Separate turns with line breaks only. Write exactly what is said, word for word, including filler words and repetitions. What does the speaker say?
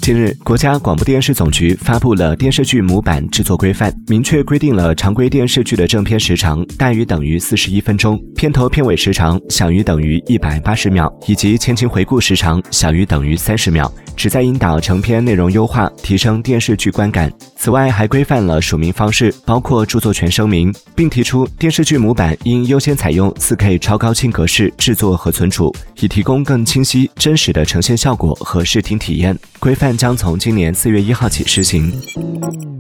近日，国家广播电视总局发布了电视剧模板制作规范，明确规定了常规电视剧的正片时长大于等于四十一分钟，片头片尾时长小于等于一百八十秒，以及前情回顾时长小于等于三十秒，旨在引导成片内容优化，提升电视剧观感。此外，还规范了署名方式，包括著作权声明，并提出电视剧模板应优先采用 四K 超高清格式制作和存储，以提供更清晰、真实的呈现效果和视听体验。规范将从今年四月一号起施行。